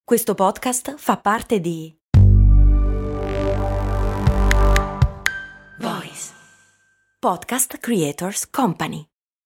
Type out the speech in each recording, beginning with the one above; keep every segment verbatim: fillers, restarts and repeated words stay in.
Questo podcast fa parte di Voice Podcast Creators Company.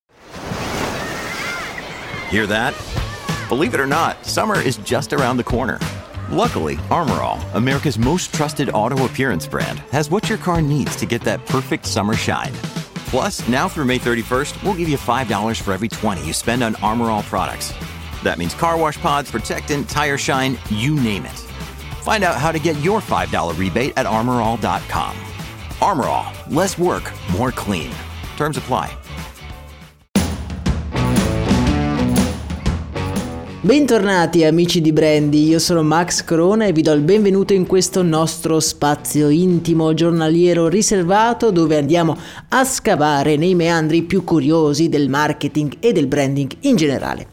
Hear that? Believe it or not, summer is just around the corner. Luckily, Armor All, America's most trusted auto appearance brand, has what your car needs to get that perfect summer shine. Plus, now through May thirty-first, we'll give you five dollars for every twenty you spend on Armor All products. That means car wash pods, protectant, tire shine, you name it. Find out how to get your five dollars rebate at armor all dot com. Armor All, less work, more clean. Terms apply. Bentornati amici di Brandy, io sono Max Corona e vi do il benvenuto in questo nostro spazio intimo giornaliero riservato dove andiamo a scavare nei meandri più curiosi del marketing e del branding in generale.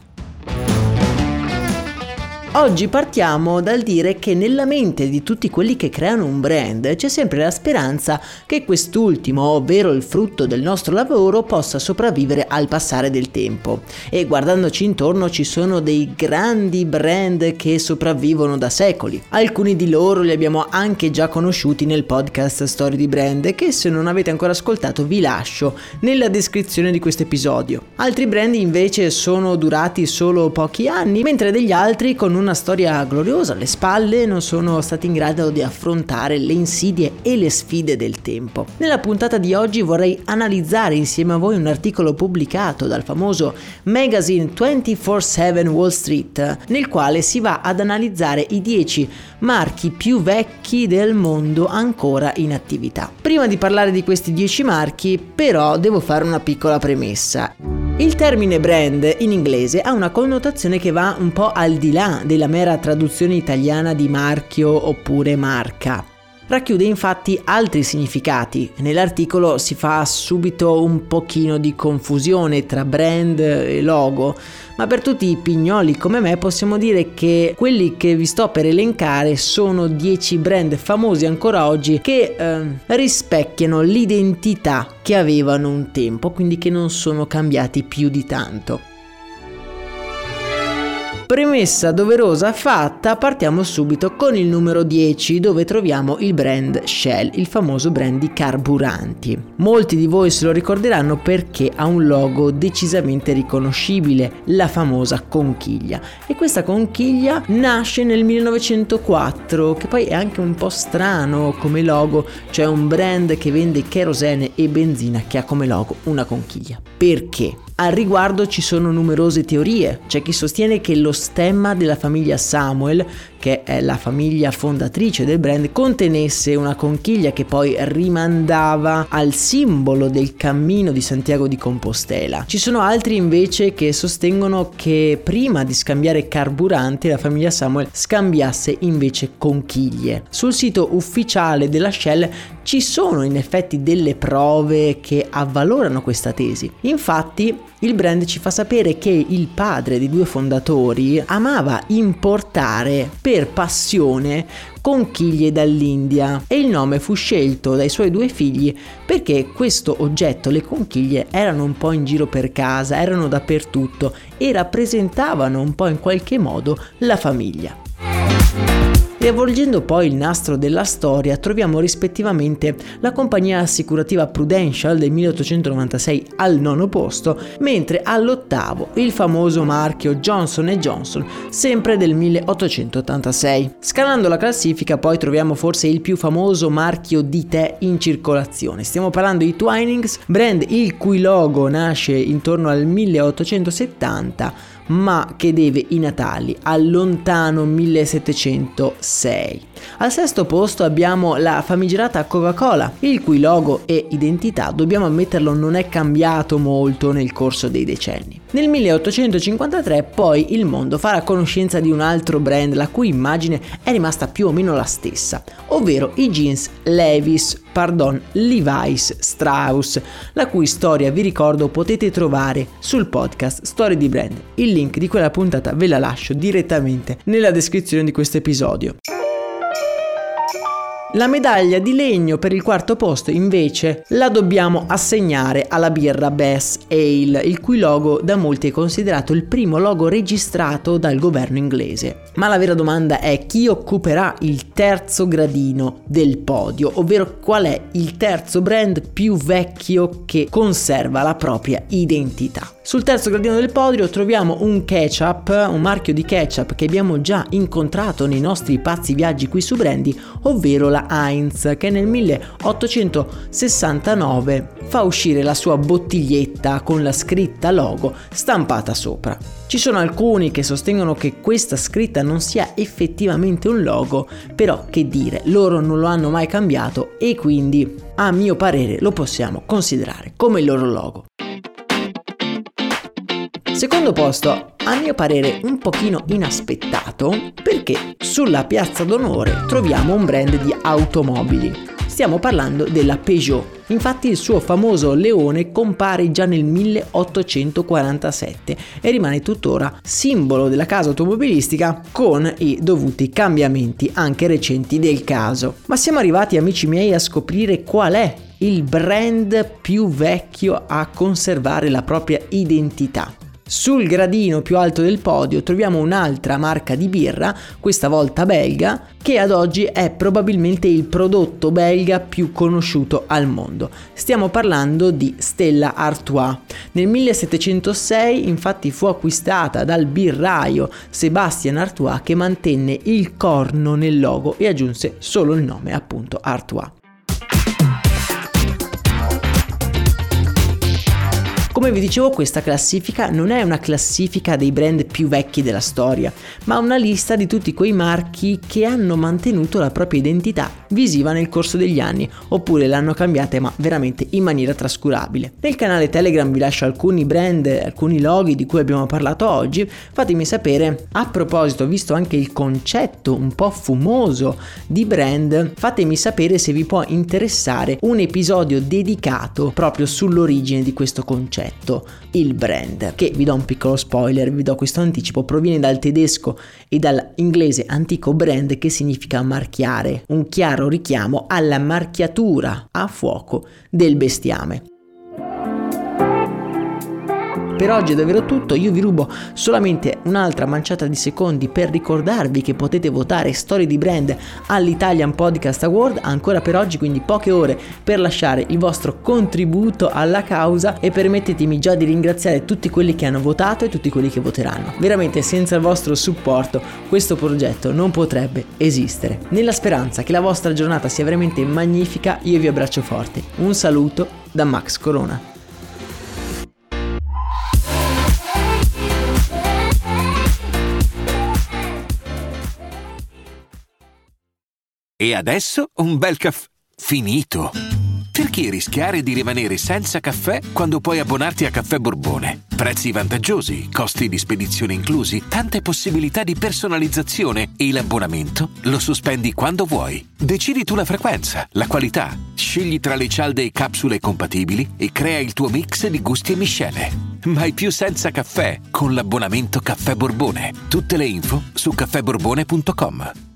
Oggi partiamo dal dire che nella mente di tutti quelli che creano un brand c'è sempre la speranza che quest'ultimo, ovvero il frutto del nostro lavoro, possa sopravvivere al passare del tempo. E guardandoci intorno ci sono dei grandi brand che sopravvivono da secoli. Alcuni di loro li abbiamo anche già conosciuti nel podcast Storie di Brand, che se non avete ancora ascoltato vi lascio nella descrizione di questo episodio. Altri brand invece sono durati solo pochi anni, mentre degli altri con una storia gloriosa alle spalle non sono stati in grado di affrontare le insidie e le sfide del tempo. Nella puntata di oggi vorrei analizzare insieme a voi un articolo pubblicato dal famoso magazine ventiquattro sette Wall Street, nel quale si va ad analizzare i dieci marchi più vecchi del mondo ancora in attività. Prima di parlare di questi dieci marchi, però, devo fare una piccola premessa. Il termine brand in inglese ha una connotazione che va un po' al di là della mera traduzione italiana di marchio oppure marca. Racchiude infatti altri significati. Nell'articolo si fa subito un pochino di confusione tra brand e logo, ma per tutti i pignoli come me possiamo dire che quelli che vi sto per elencare sono dieci brand famosi ancora oggi che eh, rispecchiano l'identità che avevano un tempo, quindi che non sono cambiati più di tanto. Premessa doverosa fatta, partiamo subito con il numero dieci, dove troviamo il brand Shell, il famoso brand di carburanti. Molti di voi se lo ricorderanno perché ha un logo decisamente riconoscibile, la famosa conchiglia. E questa conchiglia nasce nel millenovecentoquattro, che poi è anche un po' strano come logo, cioè un brand che vende kerosene e benzina che ha come logo una conchiglia. Perché? Al riguardo ci sono numerose teorie. C'è chi sostiene che lo stemma della famiglia Samuel, che è la famiglia fondatrice del brand, contenesse una conchiglia che poi rimandava al simbolo del cammino di Santiago di Compostela. Ci sono altri invece che sostengono che prima di scambiare carburante la famiglia Samuel scambiasse invece conchiglie. Sul sito ufficiale della Shell ci sono in effetti delle prove che avvalorano questa tesi. Infatti il brand ci fa sapere che il padre dei due fondatori amava importare per passione conchiglie dall'India e il nome fu scelto dai suoi due figli perché questo oggetto, le conchiglie, erano un po' in giro per casa, erano dappertutto e rappresentavano un po' in qualche modo la famiglia. Riavvolgendo poi il nastro della storia troviamo rispettivamente la compagnia assicurativa Prudential del milleottocentonovantasei al nono posto, mentre all'ottavo il famoso marchio Johnson and Johnson, sempre del milleottocentottantasei. Scalando la classifica poi troviamo forse il più famoso marchio di tè in circolazione. Stiamo parlando di Twinings, brand il cui logo nasce intorno al milleottocentosettanta, ma che deve i natali al lontano millesettecentosei. Al sesto posto abbiamo la famigerata Coca-Cola, il cui logo e identità, dobbiamo ammetterlo, non è cambiato molto nel corso dei decenni. Nel milleottocentocinquantatré poi il mondo fa la conoscenza di un altro brand la cui immagine è rimasta più o meno la stessa, ovvero i jeans Levi's, pardon, Levi's Strauss, la cui storia vi ricordo potete trovare sul podcast Storie di Brand. Il link di quella puntata ve la lascio direttamente nella descrizione di questo episodio. La medaglia di legno per il quarto posto invece la dobbiamo assegnare alla birra Bass Ale, il cui logo da molti è considerato il primo logo registrato dal governo inglese. Ma la vera domanda è: chi occuperà il terzo gradino del podio, ovvero qual è il terzo brand più vecchio che conserva la propria identità? Sul terzo gradino del podio troviamo un ketchup, un marchio di ketchup che abbiamo già incontrato nei nostri pazzi viaggi qui su Brandy, ovvero la Heinz, che nel milleottocentosessantanove fa uscire la sua bottiglietta con la scritta logo stampata sopra. Ci sono alcuni che sostengono che questa scritta non sia effettivamente un logo, però che dire, loro non lo hanno mai cambiato e quindi a mio parere lo possiamo considerare come il loro logo. Secondo posto, a mio parere un pochino inaspettato, perché sulla piazza d'onore troviamo un brand di automobili. Stiamo parlando della Peugeot. Infatti il suo famoso leone compare già nel milleottocentoquarantasette e rimane tuttora simbolo della casa automobilistica, con i dovuti cambiamenti anche recenti del caso. Ma siamo arrivati, amici miei, a scoprire qual è il brand più vecchio a conservare la propria identità. Sul gradino più alto del podio troviamo un'altra marca di birra, questa volta belga, che ad oggi è probabilmente il prodotto belga più conosciuto al mondo. Stiamo parlando di Stella Artois. Nel millesettecentosei infatti fu acquistata dal birraio Sébastien Artois, che mantenne il corno nel logo e aggiunse solo il nome, appunto Artois. Come vi dicevo, questa classifica non è una classifica dei brand più vecchi della storia, ma una lista di tutti quei marchi che hanno mantenuto la propria identità visiva nel corso degli anni, oppure l'hanno cambiata ma veramente in maniera trascurabile. Nel canale Telegram vi lascio alcuni brand, alcuni loghi di cui abbiamo parlato oggi. Fatemi sapere, a proposito, visto anche il concetto un po' fumoso di brand, fatemi sapere se vi può interessare un episodio dedicato proprio sull'origine di questo concetto. Il brand, che vi do un piccolo spoiler, vi do questo anticipo, proviene dal tedesco e dall'inglese antico brand, che significa marchiare, un chiaro richiamo alla marchiatura a fuoco del bestiame. Per oggi è davvero tutto, io vi rubo solamente un'altra manciata di secondi per ricordarvi che potete votare Storie di Brand all'Italian Podcast Award ancora per oggi, quindi poche ore per lasciare il vostro contributo alla causa, e permettetemi già di ringraziare tutti quelli che hanno votato e tutti quelli che voteranno. Veramente senza il vostro supporto questo progetto non potrebbe esistere. Nella speranza che la vostra giornata sia veramente magnifica, io vi abbraccio forte. Un saluto da Max Corona. E adesso un bel caffè finito. Perché rischiare di rimanere senza caffè quando puoi abbonarti a Caffè Borbone? Prezzi vantaggiosi, costi di spedizione inclusi, tante possibilità di personalizzazione e l'abbonamento lo sospendi quando vuoi. Decidi tu la frequenza, la qualità, scegli tra le cialde e capsule compatibili e crea il tuo mix di gusti e miscele. Mai più senza caffè con l'abbonamento Caffè Borbone. Tutte le info su caffè borbone punto com.